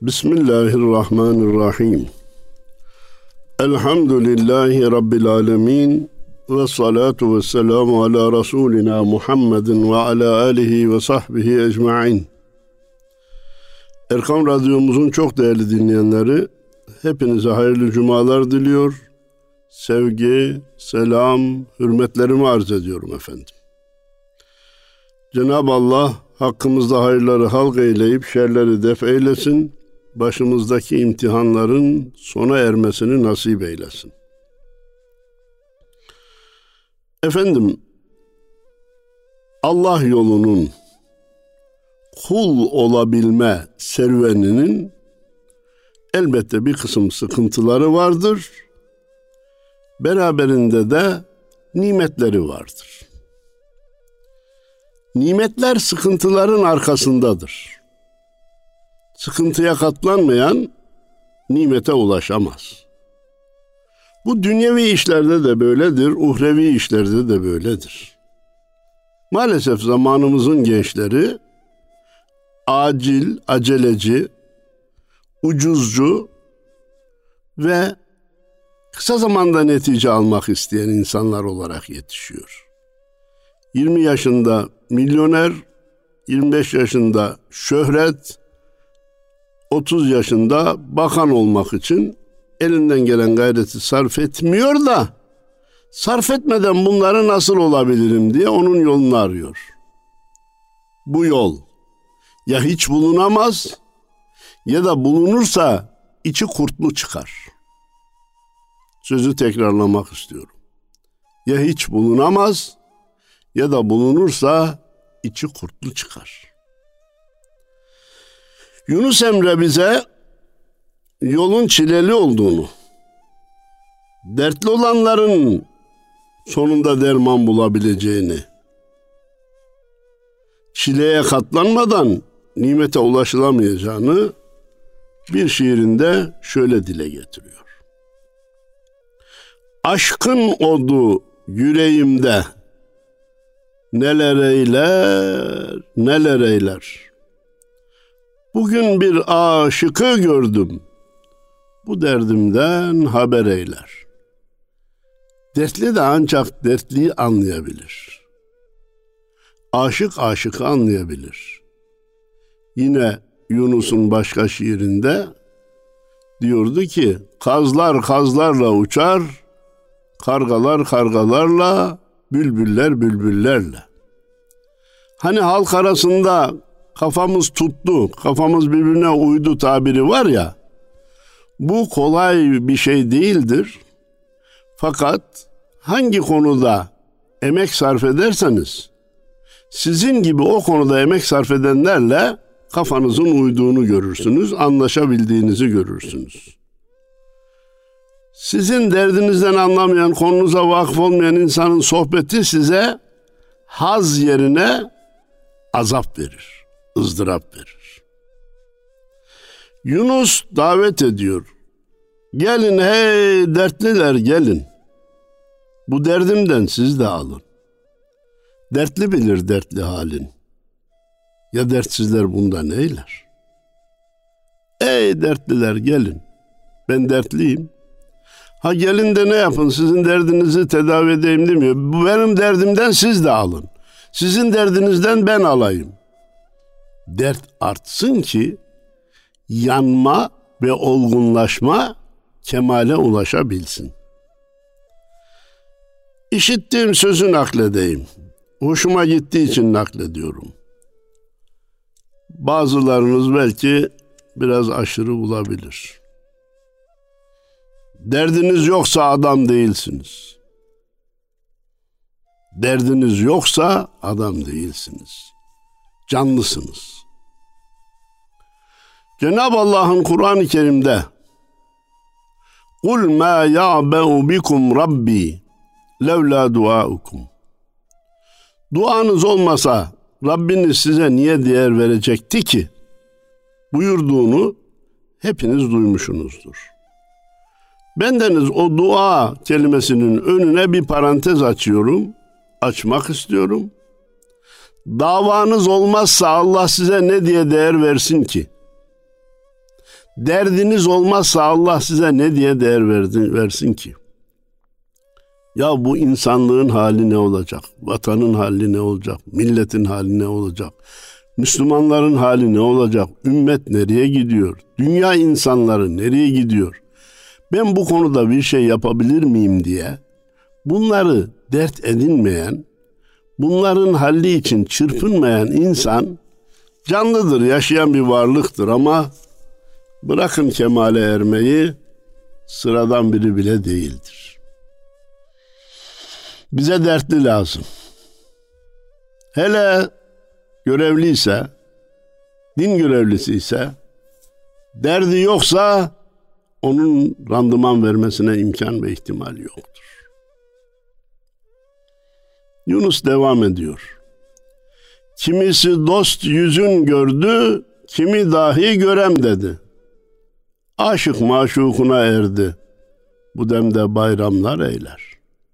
Bismillahirrahmanirrahim. Elhamdülillahi Rabbil alemin. Ve salatu ve selamu ala Resulina Muhammedin ve ala alihi ve sahbihi ecma'in. Erkam Radyomuzun çok değerli dinleyenleri, hepinize hayırlı cumalar diliyor. Sevgi, selam, hürmetlerimi arz ediyorum efendim. Cenab-ı Allah hakkımızda hayırları halk eyleyip şerleri def eylesin. Başımızdaki imtihanların sona ermesini nasip eylesin. Efendim, Allah yolunun kul olabilme serüveninin elbette bir kısım sıkıntıları vardır. Beraberinde de nimetleri vardır. Nimetler sıkıntıların arkasındadır. Sıkıntıya katlanmayan nimete ulaşamaz. Bu dünyevi işlerde de böyledir, uhrevi işlerde de böyledir. Maalesef zamanımızın gençleri acil, aceleci, ucuzcu ve kısa zamanda netice almak isteyen insanlar olarak yetişiyor. 20 yaşında milyoner, 25 yaşında şöhret, 30 yaşında bakan olmak için elinden gelen gayreti sarf etmiyor da sarf etmeden bunları nasıl olabilirim diye onun yolunu arıyor. Bu yol ya hiç bulunamaz ya da bulunursa içi kurtlu çıkar. Sözü tekrarlamak istiyorum. Ya hiç bulunamaz ya da bulunursa içi kurtlu çıkar. Yunus Emre bize yolun çileli olduğunu, dertli olanların sonunda derman bulabileceğini, çileye katlanmadan nimete ulaşılamayacağını bir şiirinde şöyle dile getiriyor. Aşkın odu yüreğimde neler eyler, neler eyler. Bugün bir aşıkı gördüm, bu derdimden haber eyler. Dertli de ancak dertliyi anlayabilir. Aşık aşıkı anlayabilir. Yine Yunus'un başka şiirinde diyordu ki, kazlar kazlarla uçar, kargalar kargalarla, bülbüller bülbüllerle. Hani halk arasında kafamız tuttu, kafamız birbirine uydu tabiri var ya, bu kolay bir şey değildir. Fakat hangi konuda emek sarf ederseniz, sizin gibi o konuda emek sarf edenlerle kafanızın uyduğunu görürsünüz, anlaşabildiğinizi görürsünüz. Sizin derdinizden anlamayan, konunuza vakıf olmayan insanın sohbeti size haz yerine azap verir, ızdırap verir. Yunus davet ediyor. Gelin hey dertliler gelin. Bu derdimden siz de alın. Dertli bilir dertli halin. Ya dertsizler bundan neyler? Ey dertliler gelin. Ben dertliyim. Ha gelin de ne yapın? Sizin derdinizi tedavi edeyim demiyor. Bu benim derdimden siz de alın. Sizin derdinizden ben alayım. Dert artsın ki yanma ve olgunlaşma kemale ulaşabilsin. İşittiğim sözü nakledeyim. Hoşuma gittiği için naklediyorum. Bazılarınız belki biraz aşırı bulabilir. Derdiniz yoksa adam değilsiniz. Derdiniz yoksa adam değilsiniz. Canlısınız. Cenab-ı Allah'ın Kur'an-ı Kerim'de قُلْ مَا يَعْبَعُ بِكُمْ رَبِّي لَوْلَا دُعَاءُكُمْ. Duanız olmasa Rabbiniz size niye değer verecekti ki? Buyurduğunu hepiniz duymuşsunuzdur. Bendeniz o dua kelimesinin önüne bir parantez açıyorum, açmak istiyorum. Davanız olmazsa Allah size ne diye değer versin ki? Derdiniz olmazsa Allah size ne diye değer versin ki? Ya bu insanlığın hali ne olacak? Vatanın hali ne olacak? Milletin hali ne olacak? Müslümanların hali ne olacak? Ümmet nereye gidiyor? Dünya insanları nereye gidiyor? Ben bu konuda bir şey yapabilir miyim diye bunları dert edinmeyen, bunların halli için çırpınmayan insan canlıdır, yaşayan bir varlıktır ama bırakın kemale ermeyi, sıradan biri bile değildir. Bize dertli lazım. Hele görevliyse, din görevlisi ise, derdi yoksa onun randıman vermesine imkan ve ihtimal yoktur. Yunus devam ediyor. Kimisi dost yüzün gördü, kimi dahi görem dedi. Aşık maşukuna erdi, bu demde bayramlar eyler.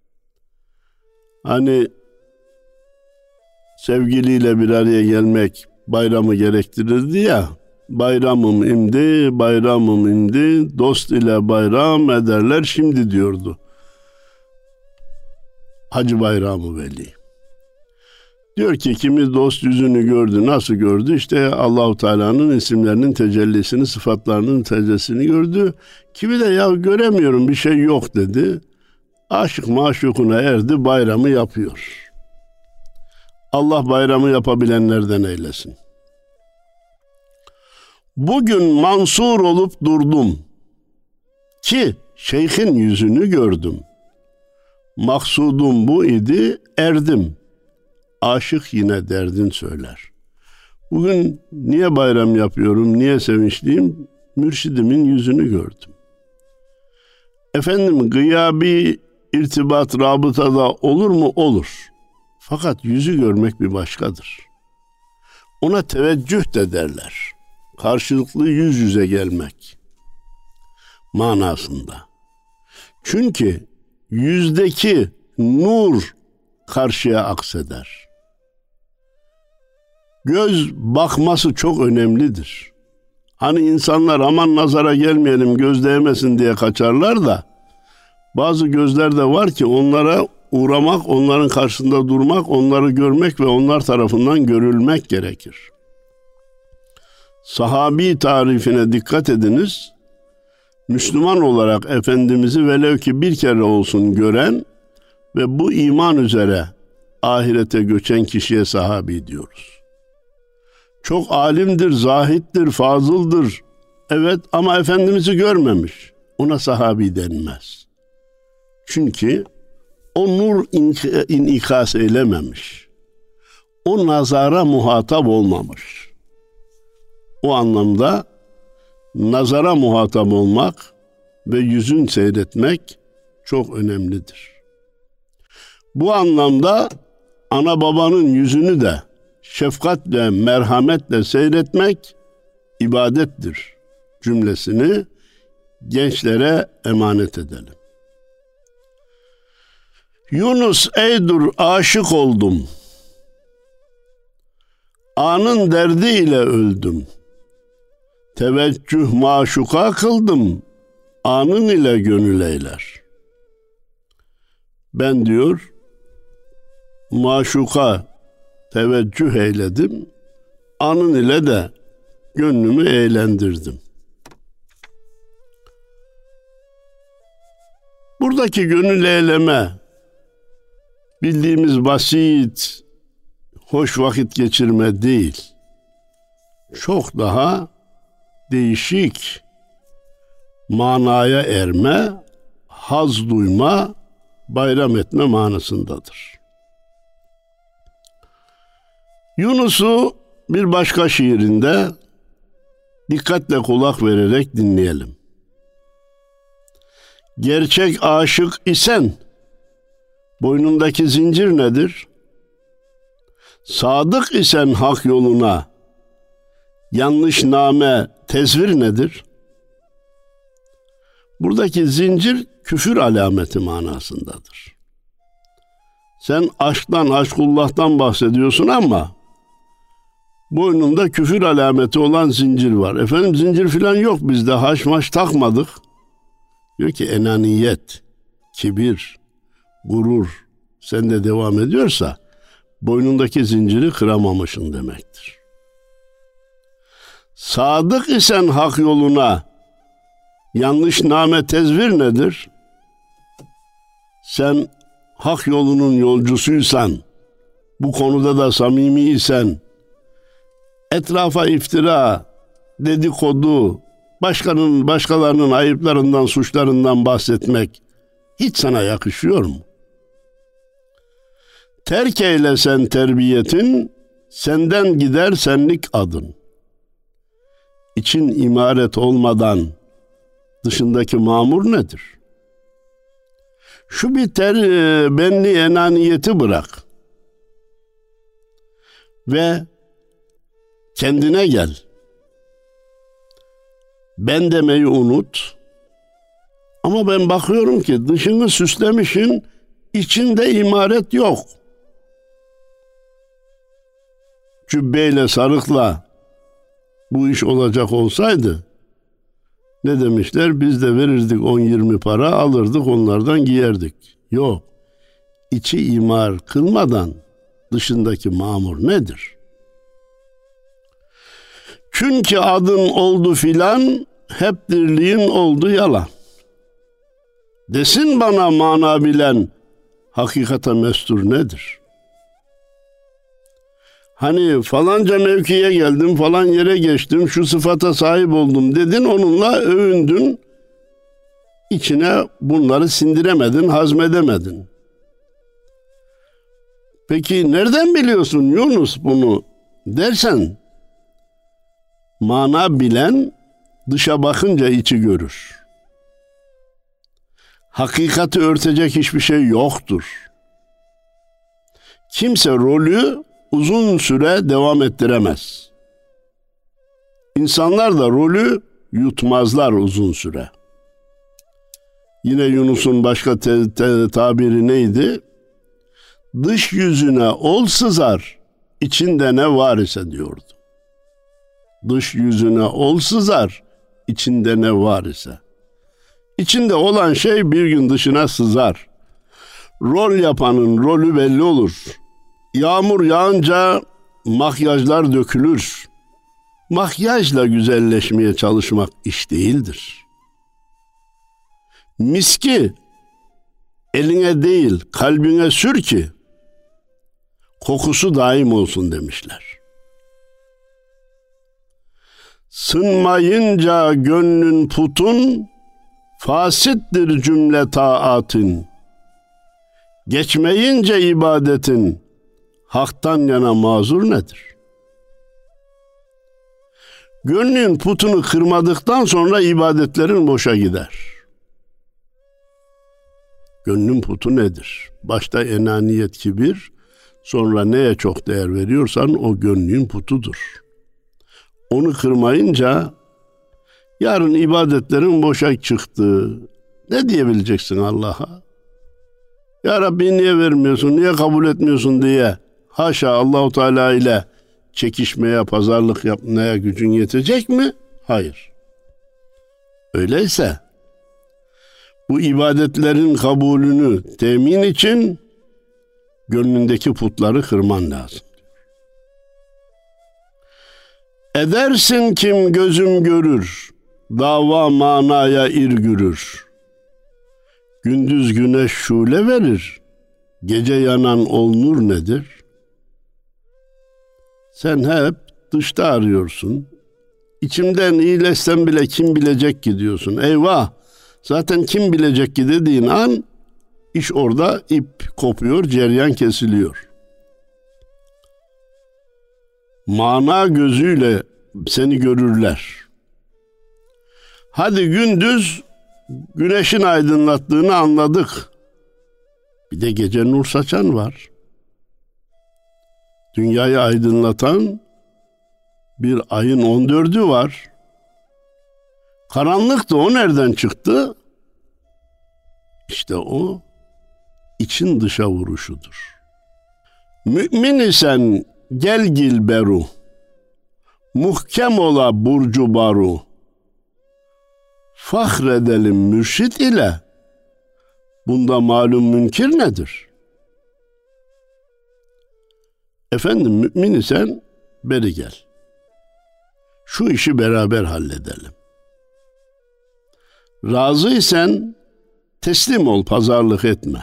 Hani sevgiliyle bir araya gelmek bayramı gerektirirdi ya, bayramım imdi, bayramım imdi, dost ile bayram ederler şimdi diyordu Hacı Bayram-ı Veli. Diyor ki kimi dost yüzünü gördü, nasıl gördü? İşte Allahu Teala'nın isimlerinin tecellisini, sıfatlarının tecellisini gördü. Kimi de ya göremiyorum bir şey yok dedi. Aşık maşukuna erdi, bayramı yapıyor. Allah bayramı yapabilenlerden eylesin. Bugün mansur olup durdum ki şeyhin yüzünü gördüm. Maksudum bu idi, erdim. Aşık yine derdin söyler. Bugün niye bayram yapıyorum, niye sevinçliyim? Mürşidimin yüzünü gördüm. Efendim gıyabi irtibat, rabıtada olur mu? Olur. Fakat yüzü görmek bir başkadır. Ona teveccüh de derler. Karşılıklı yüz yüze gelmek manasında. Çünkü yüzdeki nur karşıya akseder. Göz bakması çok önemlidir. Hani insanlar aman nazara gelmeyelim, göz değmesin diye kaçarlar da bazı gözler de var ki onlara uğramak, onların karşısında durmak, onları görmek ve onlar tarafından görülmek gerekir. Sahabi tarifine dikkat ediniz. Müslüman olarak Efendimiz'i velev ki bir kere olsun gören ve bu iman üzere ahirete göçen kişiye sahabi diyoruz. Çok alimdir, zahittir, fazıldır. Evet ama Efendimiz'i görmemiş. Ona sahabi denmez. Çünkü o nur inikas eylememiş. O nazara muhatap olmamış. O anlamda nazara muhatap olmak ve yüzün seyretmek çok önemlidir. Bu anlamda ana babanın yüzünü de şefkatle, merhametle seyretmek ibadettir cümlesini gençlere emanet edelim. Yunus eydur aşık oldum. Anın derdiyle öldüm. Teveccüh maşuka kıldım. Anın ile gönül eyler. Ben diyor maşuka teveccüh eyledim. Anın ile de gönlümü eğlendirdim. Buradaki gönül eyleme bildiğimiz basit, hoş vakit geçirme değil. Çok daha değişik manaya erme, haz duyma, bayram etme manasındadır. Yunus'u bir başka şiirinde dikkatle kulak vererek dinleyelim. Gerçek aşık isen boynundaki zincir nedir? Sadık isen hak yoluna yanlış name, tezvir nedir? Buradaki zincir küfür alameti manasındadır. Sen aşktan, aşkullah'tan bahsediyorsun ama Boynunda küfür alameti olan zincir var. Efendim zincir falan yok bizde. Haş maş takmadık. Diyor ki enaniyet, kibir, gurur sende devam ediyorsa boynundaki zinciri kıramamışsın demektir. Sadık isen hak yoluna yanlış name tezvir nedir? Sen hak yolunun yolcusuysan, bu konuda da samimi isen, etrafa iftira, dedikodu, başkalarının ayıplarından, suçlarından bahsetmek hiç sana yakışıyor mu? Terk eylesen terbiyetin, senden gider senlik adın. İçin imaret olmadan dışındaki mamur nedir? Şu bir benli enaniyeti bırak ve kendine gel. Ben demeyi unut. Ama ben bakıyorum ki dışını süslemişin, içinde imaret yok. Cübbeyle, sarıkla bu iş olacak olsaydı ne demişler? Biz de verirdik 10-20 para, alırdık onlardan giyerdik. Yok. İçi imar kılmadan dışındaki mamur nedir? Çünkü adın oldu filan, hep dirliğin oldu yalan. Desin bana mana bilen, hakikate mestur nedir? Hani falanca mevkiye geldim, falan yere geçtim, şu sıfata sahip oldum dedin, onunla övündün. İçine bunları sindiremedin, hazmedemedin. Peki nereden biliyorsun Yunus bunu dersen, mana bilen dışa bakınca içi görür. Hakikati örtecek hiçbir şey yoktur. Kimse rolü uzun süre devam ettiremez. İnsanlar da rolü yutmazlar uzun süre. Yine Yunus'un başka tabiri neydi? Dış yüzüne ol sızar, içinde ne var ise diyordu. Dış yüzüne ol sızar, içinde ne var ise. İçinde olan şey bir gün dışına sızar. Rol yapanın rolü belli olur. Yağmur yağınca makyajlar dökülür. Makyajla güzelleşmeye çalışmak iş değildir. Miski eline değil kalbine sür ki kokusu daim olsun demişler. Sınmayınca gönlün putun, fasittir cümle taatın. Geçmeyince ibadetin, haktan yana mazur nedir? Gönlün putunu kırmadıktan sonra ibadetlerin boşa gider. Gönlün putu nedir? Başta enaniyet, kibir, sonra neye çok değer veriyorsan o gönlün putudur. Onu kırmayınca yarın ibadetlerin boşa çıktı. Ne diyebileceksin Allah'a? Ya Rabbi niye vermiyorsun, niye kabul etmiyorsun diye haşa Allahu Teala ile çekişmeye, pazarlık yapmaya gücün yetecek mi? Hayır. Öyleyse bu ibadetlerin kabulünü temin için gönlündeki putları kırman lazım. Edersin kim gözüm görür, dava manaya irgürür. Gündüz güneş şule verir, gece yanan ol nur nedir? Sen hep dışta arıyorsun. İçimden iyileşsem bile kim bilecek ki diyorsun. Eyvah! Zaten kim bilecek ki dediğin an iş orada ip kopuyor, ceryan kesiliyor. Mana gözüyle seni görürler. Hadi gündüz güneşin aydınlattığını anladık. Bir de gece nur saçan var. Dünyayı aydınlatan bir ayın 14'ü var. Karanlıktı, o nereden çıktı? İşte o için dışa vuruşudur. Mümin isen gel gilberu, Muhkem ola burcu baru. Fahredelim mürşit ile. Bunda malum münkir nedir? Efendim mümin isen beri gel. Şu işi beraber halledelim. Razıysen teslim ol, pazarlık etme.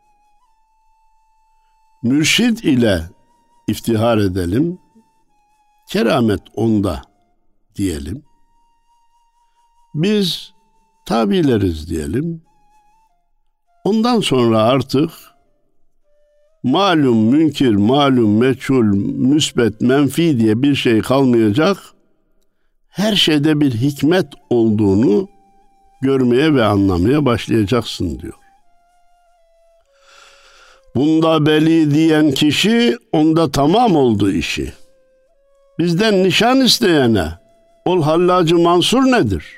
Mürşid ile iftihar edelim. Keramet onda diyelim. Biz tabileriz diyelim. Ondan sonra artık malum münkir, malum meçhul, müsbet, menfi diye bir şey kalmayacak. Her şeyde bir hikmet olduğunu görmeye ve anlamaya başlayacaksın diyor. Bunda beli diyen kişi onda tamam oldu işi. Bizden nişan isteyene ol Hallacı Mansur nedir?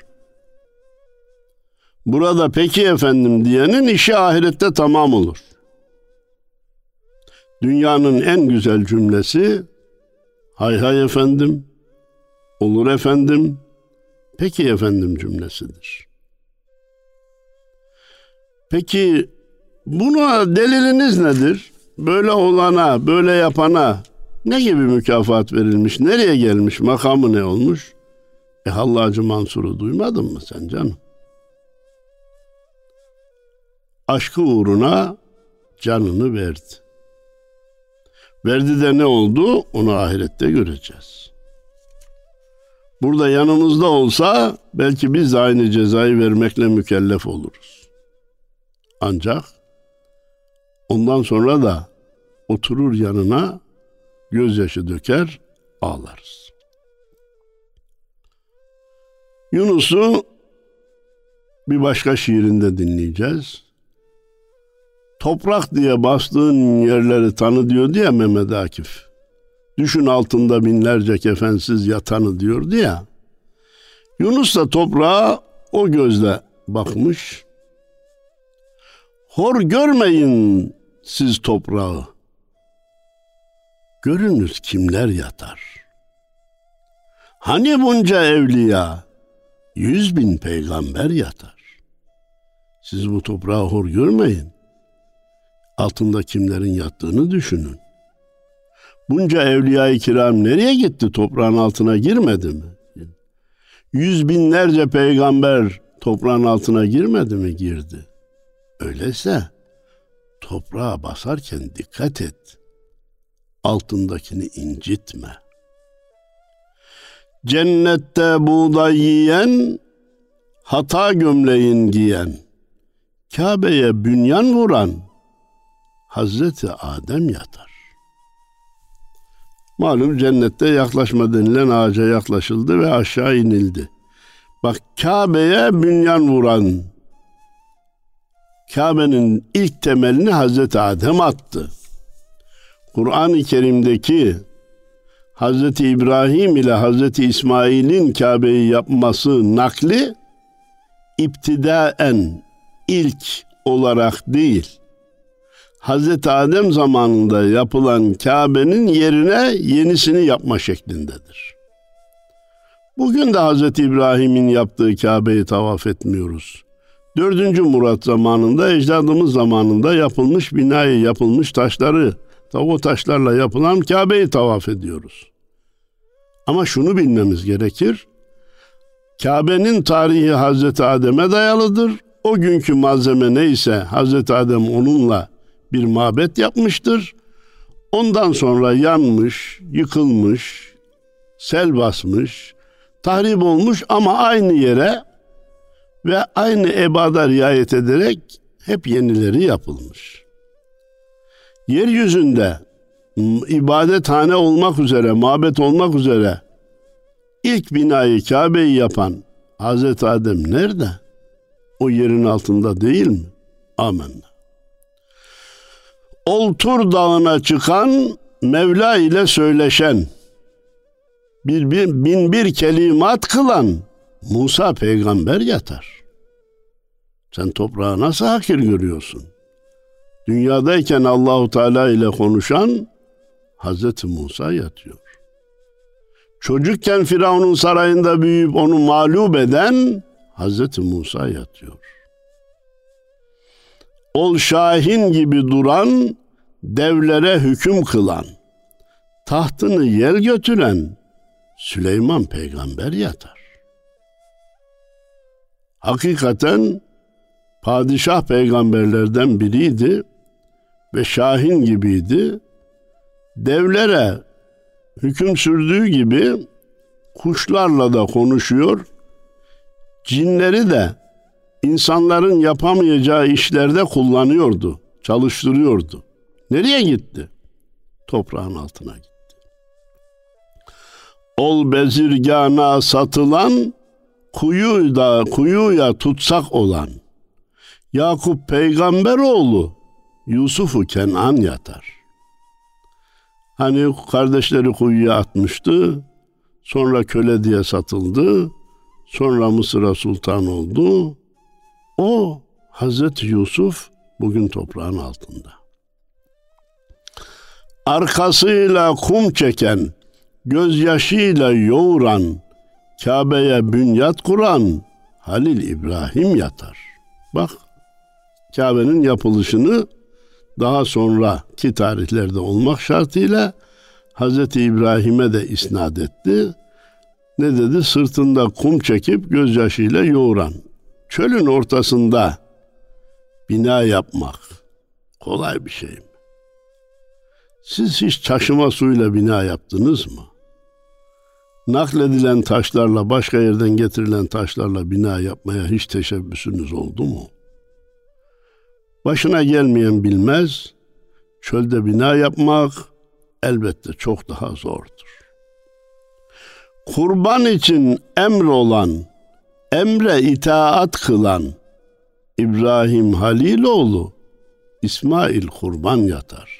Burada peki efendim diyenin işi ahirette tamam olur. Dünyanın en güzel cümlesi hay hay efendim, olur efendim, peki efendim cümlesidir. Peki buna deliliniz nedir? Böyle olana, böyle yapana ne gibi mükafat verilmiş? Nereye gelmiş? Makamı ne olmuş? Hallacı Mansur'u duymadın mı sen canım? Aşkı uğruna canını verdi. Verdi de ne oldu? Onu ahirette göreceğiz. Burada yanımızda olsa belki biz de aynı cezayı vermekle mükellef oluruz. Ancak ondan sonra da oturur yanına, gözyaşı döker, ağlarız. Yunus'u bir başka şiirinde dinleyeceğiz. Toprak diye bastığın yerleri tanı diyordu ya Mehmet Akif. Düşün altında binlerce kefensiz yatanı diyordu ya. Yunus da toprağa o gözle bakmış. Hor görmeyin siz toprağı. Görünüz kimler yatar. Hani bunca evliya, 100.000 peygamber yatar. Siz bu toprağı hor görmeyin. Altında kimlerin yattığını düşünün. Bunca evliya-i kiram nereye gitti? Toprağın altına girmedi mi? 100.000'lerce peygamber toprağın altına girmedi mi? Girdi. Öyleyse toprağa basarken dikkat et. Altındakini incitme. Cennette buğday yiyen, hata gömleğin giyen, Kabe'ye bünyan vuran Hazreti Adem yatar. Malum cennette yaklaşma denilen ağaca yaklaşıldı ve aşağı inildi. Bak Kabe'ye bünyan vuran, Kabe'nin ilk temelini Hazreti Adem attı. Kur'an-ı Kerim'deki Hazreti İbrahim ile Hazreti İsmail'in Kabe'yi yapması nakli iptidaen ilk olarak değil, Hazreti Adem zamanında yapılan Kabe'nin yerine yenisini yapma şeklindedir. Bugün de Hazreti İbrahim'in yaptığı Kabe'yi tavaf etmiyoruz. 4. Murat zamanında, ecdadımız zamanında yapılmış binayı, yapılmış taşları, o taşlarla yapılan Kabe'yi tavaf ediyoruz. Ama şunu bilmemiz gerekir. Kabe'nin tarihi Hazreti Adem'e dayalıdır. O günkü malzeme neyse Hazreti Adem onunla bir mabet yapmıştır. Ondan sonra yanmış, yıkılmış, sel basmış, tahrip olmuş ama aynı yere ve aynı ebada riayet ederek hep yenileri yapılmış. Yeryüzünde ibadethane olmak üzere, mabet olmak üzere ilk binayı Kabe'yi yapan Hazreti Adem nerede? O yerin altında değil mi? Amenna. Oltur dağına çıkan, Mevla ile söyleşen, bin bir kelimat kılan Musa peygamber yatar. Sen toprağı nasıl hakir görüyorsun? Dünyadayken Allahu Teala ile konuşan Hazreti Musa yatıyor. Çocukken Firavun'un sarayında büyüyüp onu mağlup eden Hazreti Musa yatıyor. Ol şahin gibi duran, devlere hüküm kılan, tahtını yel götüren Süleyman peygamber yatar. Hakikaten padişah peygamberlerden biriydi ve şahin gibiydi. Devlere hüküm sürdüğü gibi kuşlarla da konuşuyor, cinleri de insanların yapamayacağı işlerde kullanıyordu, çalıştırıyordu. Nereye gitti? Toprağın altına gitti. Ol bezirgana satılan, kuyuya tutsak olan, Yakup peygamberoğlu, Yusuf'u Kenan yatar. Hani kardeşleri kuyuya atmıştı, sonra köle diye satıldı, sonra Mısır'a sultan oldu. O Hazreti Yusuf bugün toprağın altında. Arkasıyla kum çeken, gözyaşıyla yoğuran, Kabe'ye bünyat kuran Halil İbrahim yatar. Bak, Kabe'nin yapılışını daha sonraki tarihlerde olmak şartıyla Hazreti İbrahim'e de isnat etti. Ne dedi? Sırtında kum çekip gözyaşıyla yoğuran. Çölün ortasında bina yapmak kolay bir şey mi? Siz hiç taşıma suyla bina yaptınız mı? Nakledilen taşlarla, başka yerden getirilen taşlarla bina yapmaya hiç teşebbüsünüz oldu mu? Başına gelmeyen bilmez, çölde bina yapmak elbette çok daha zordur. Kurban için emrolan, emre itaat kılan İbrahim Haliloğlu, İsmail kurban yatar.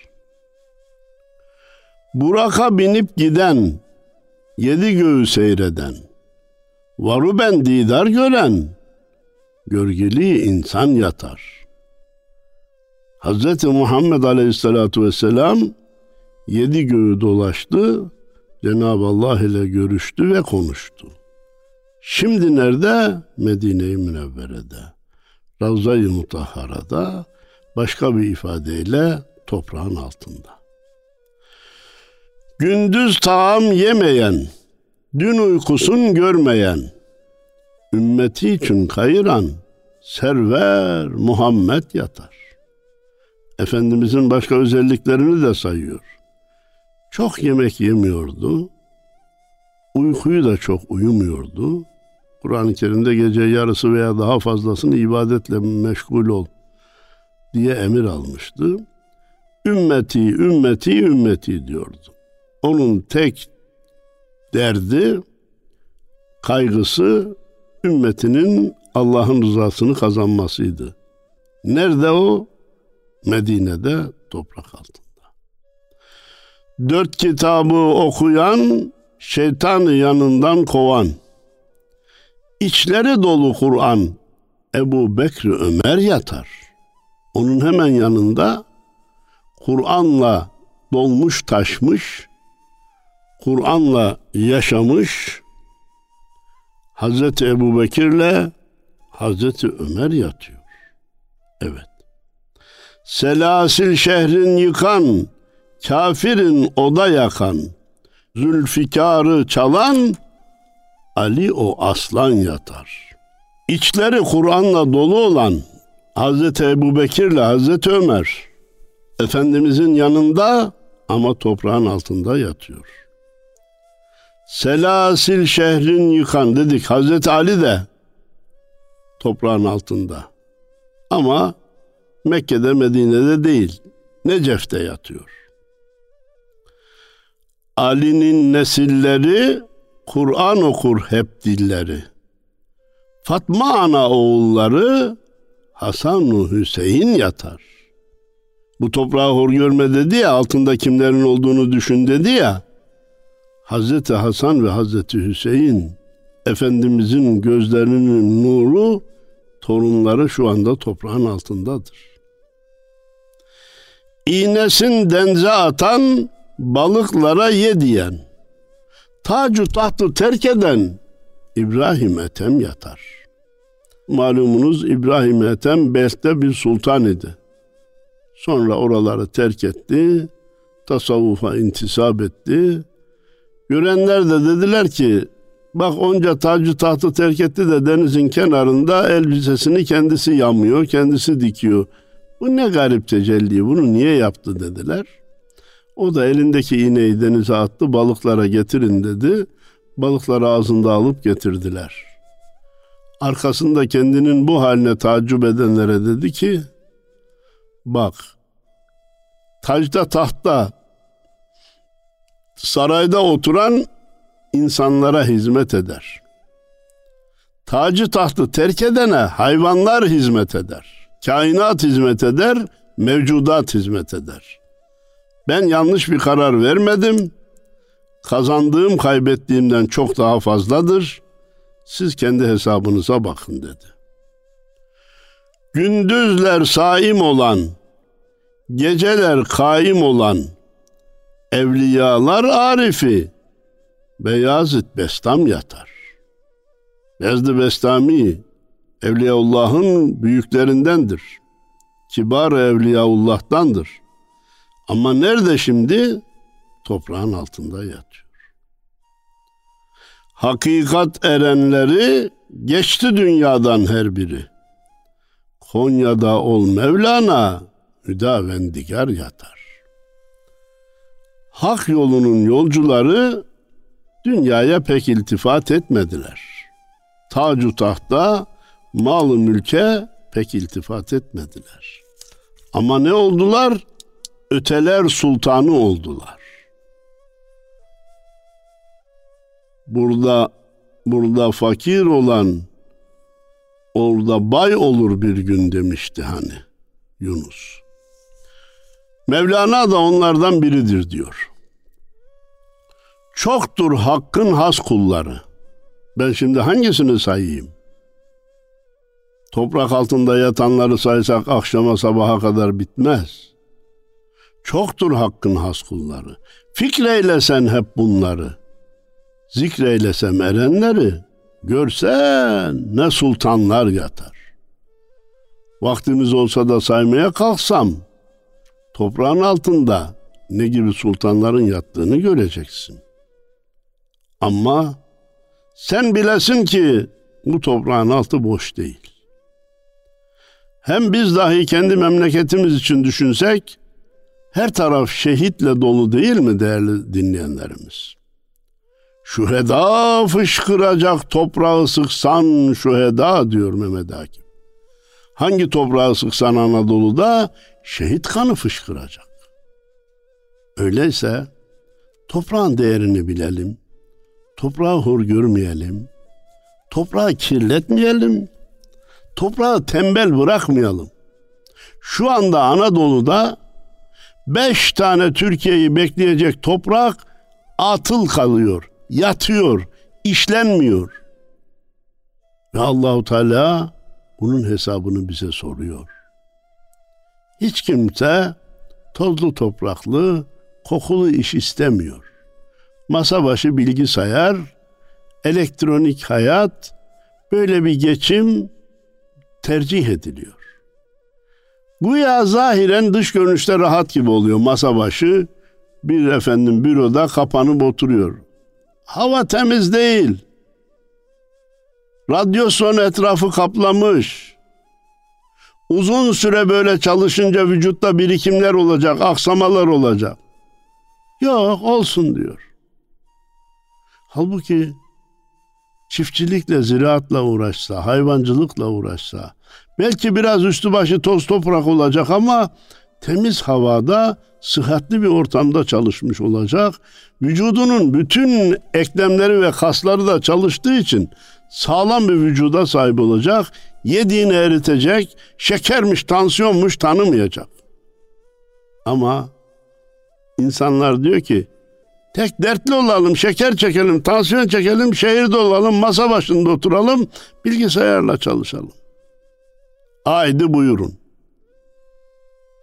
Buraka binip giden, 7 göğü seyreden, varu ben didar gören, gölgeli insan yatar. Hz. Muhammed Aleyhisselatü Vesselam 7 göğü dolaştı, Cenab-ı Allah ile görüştü ve konuştu. Şimdi nerede? Medine-i Münevvere'de, Ravza-i Mutahhara'da, başka bir ifadeyle toprağın altında. Gündüz taam yemeyen, dün uykusun görmeyen, ümmeti için kayıran, server Muhammed yatar. Efendimizin başka özelliklerini de sayıyor. Çok yemek yemiyordu, uykuyu da çok uyumuyordu. Kur'an-ı Kerim'de gece yarısı veya daha fazlasını ibadetle meşgul ol diye emir almıştı. Ümmeti, ümmeti, ümmeti diyordu. Onun tek derdi, kaygısı ümmetinin Allah'ın rızasını kazanmasıydı. Nerede o? Medine'de, toprak altında. 4 kitabı okuyan, şeytanı yanından kovan, İçleri dolu Kur'an, Ebu Bekri Ömer yatar. Onun hemen yanında Kur'an'la dolmuş taşmış, Kur'an'la yaşamış Hazreti Ebu Bekir'le Hazreti Ömer yatıyor. Evet. Selasil şehrin yıkan, kafirin oda yakan, Zülfikar'ı çalan, Ali o aslan yatar. İçleri Kur'an'la dolu olan Hazreti Ebu Bekir'le Hazreti Ömer, Efendimizin yanında ama toprağın altında yatıyor. Selasil şehrin yıkan dedik, Hazreti Ali de toprağın altında. Ama Mekke'de, Medine'de değil, Necef'te yatıyor. Ali'nin nesilleri Kur'an okur hep dilleri. Fatma ana oğulları Hasan-ı Hüseyin yatar. Bu toprağı hor görme dedi ya, altında kimlerin olduğunu düşün dedi ya. Hazreti Hasan ve Hazreti Hüseyin, Efendimizin gözlerinin nuru, torunları şu anda toprağın altındadır. İğnesin denize atan, balıklara ye diyen, Tacu tahtı terk eden İbrahim Ethem yatar. Malumunuz İbrahim Ethem Belt'te bir sultan idi. Sonra oraları terk etti, tasavvufa intisap etti. Görenler de dediler ki, bak onca tacı tahtı terk etti de denizin kenarında elbisesini kendisi yamıyor, kendisi dikiyor. Bu ne garip tecelli, bunu niye yaptı dediler. O da elindeki iğneyi denize attı, balıklara getirin dedi. Balıkları ağzında alıp getirdiler. Arkasında kendinin bu haline taaccüp edenlere dedi ki, bak, tacda tahtta, sarayda oturan insanlara hizmet eder. Tacı tahtı terk edene hayvanlar hizmet eder. Kainat hizmet eder, mevcudat hizmet eder. Ben yanlış bir karar vermedim. Kazandığım kaybettiğimden çok daha fazladır. Siz kendi hesabınıza bakın dedi. Gündüzler saim olan, geceler kaim olan evliyalar arifi Beyazıt Bestam yatar. Bezd-i Bestami Evliyaullah'ın büyüklerindendir. Kibar-ı Evliyaullah'tandır. Ama nerede şimdi? Toprağın altında yatıyor. Hakikat erenleri geçti dünyadan her biri. Konya'da ol Mevlana, Hüdavendigar yatar. Hak yolunun yolcuları dünyaya pek iltifat etmediler. Tacu tahta, mal-ı mülke pek iltifat etmediler. Ama ne oldular? Öteler sultanı oldular. Burada fakir olan orada bay olur bir gün demişti hani Yunus. Mevlana da onlardan biridir diyor. Çoktur hakkın has kulları. Ben şimdi hangisini sayayım? Toprak altında yatanları saysak akşama sabaha kadar bitmez. Çoktur hakkın has kulları. Fikreylesen hep bunları. Zikreylesem erenleri, görsen ne sultanlar yatar. Vaktimiz olsa da saymaya kalksam, toprağın altında ne gibi sultanların yattığını göreceksin. Ama sen bilesin ki bu toprağın altı boş değil. Hem biz dahi kendi memleketimiz için düşünsek, her taraf şehitle dolu değil mi değerli dinleyenlerimiz? Şüheda fışkıracak toprağı sıksan şüheda diyor Mehmet Akif. Hangi toprağı sıksan Anadolu'da şehit kanı fışkıracak. Öyleyse toprağın değerini bilelim. Toprağı hor görmeyelim. Toprağı kirletmeyelim. Toprağı tembel bırakmayalım. Şu anda Anadolu'da 5 tane Türkiye'yi bekleyecek toprak atıl kalıyor, yatıyor, işlenmiyor. Ve Allahu Teala bunun hesabını bize soruyor. Hiç kimse tozlu topraklı, kokulu iş istemiyor. Masa başı bilgisayar, elektronik hayat, böyle bir geçim tercih ediliyor. Güya zahiren dış görünüşte rahat gibi oluyor masa başı. Bir büroda kapanıp oturuyor. Hava temiz değil. Radyasyon etrafı kaplamış. Uzun süre böyle çalışınca vücutta birikimler olacak, aksamalar olacak. Yok, olsun diyor. Halbuki çiftçilikle, ziraatla uğraşsa, hayvancılıkla uğraşsa, belki biraz üstü başı toz toprak olacak ama temiz havada, sıhhatli bir ortamda çalışmış olacak. Vücudunun bütün eklemleri ve kasları da çalıştığı için sağlam bir vücuda sahip olacak. Yediğini eritecek, şekermiş, tansiyonmuş tanımayacak. Ama insanlar diyor ki, tek dertli olalım, şeker çekelim, tansiyon çekelim, şehirde olalım, masa başında oturalım, bilgisayarla çalışalım. Haydi buyurun.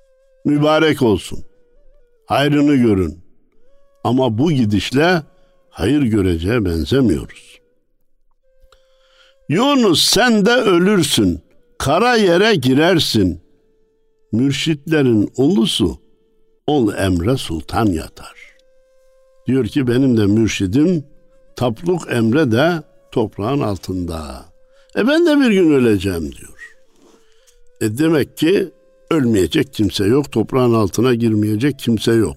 Mübarek olsun. Hayrını görün. Ama bu gidişle hayır göreceğe benzemiyoruz. Yunus sen de ölürsün, kara yere girersin. Mürşitlerin ulusu ol Emre Sultan yatar. Diyor ki benim de mürşidim Tapluk Emre de toprağın altında. Ben de bir gün öleceğim diyor. Demek ki ölmeyecek kimse yok, toprağın altına girmeyecek kimse yok.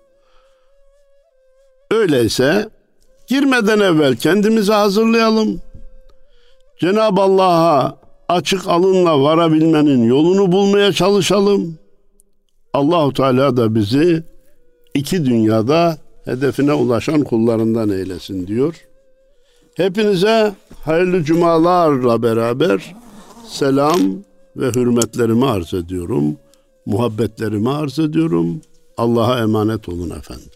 Öyleyse girmeden evvel kendimizi hazırlayalım. Cenab-ı Allah'a açık alınla varabilmenin yolunu bulmaya çalışalım. Allahu Teala da bizi iki dünyada hedefine ulaşan kullarından eylesin diyor. Hepinize hayırlı cumalarla beraber selam ve hürmetlerimi arz ediyorum. Muhabbetlerimi arz ediyorum. Allah'a emanet olun efendim.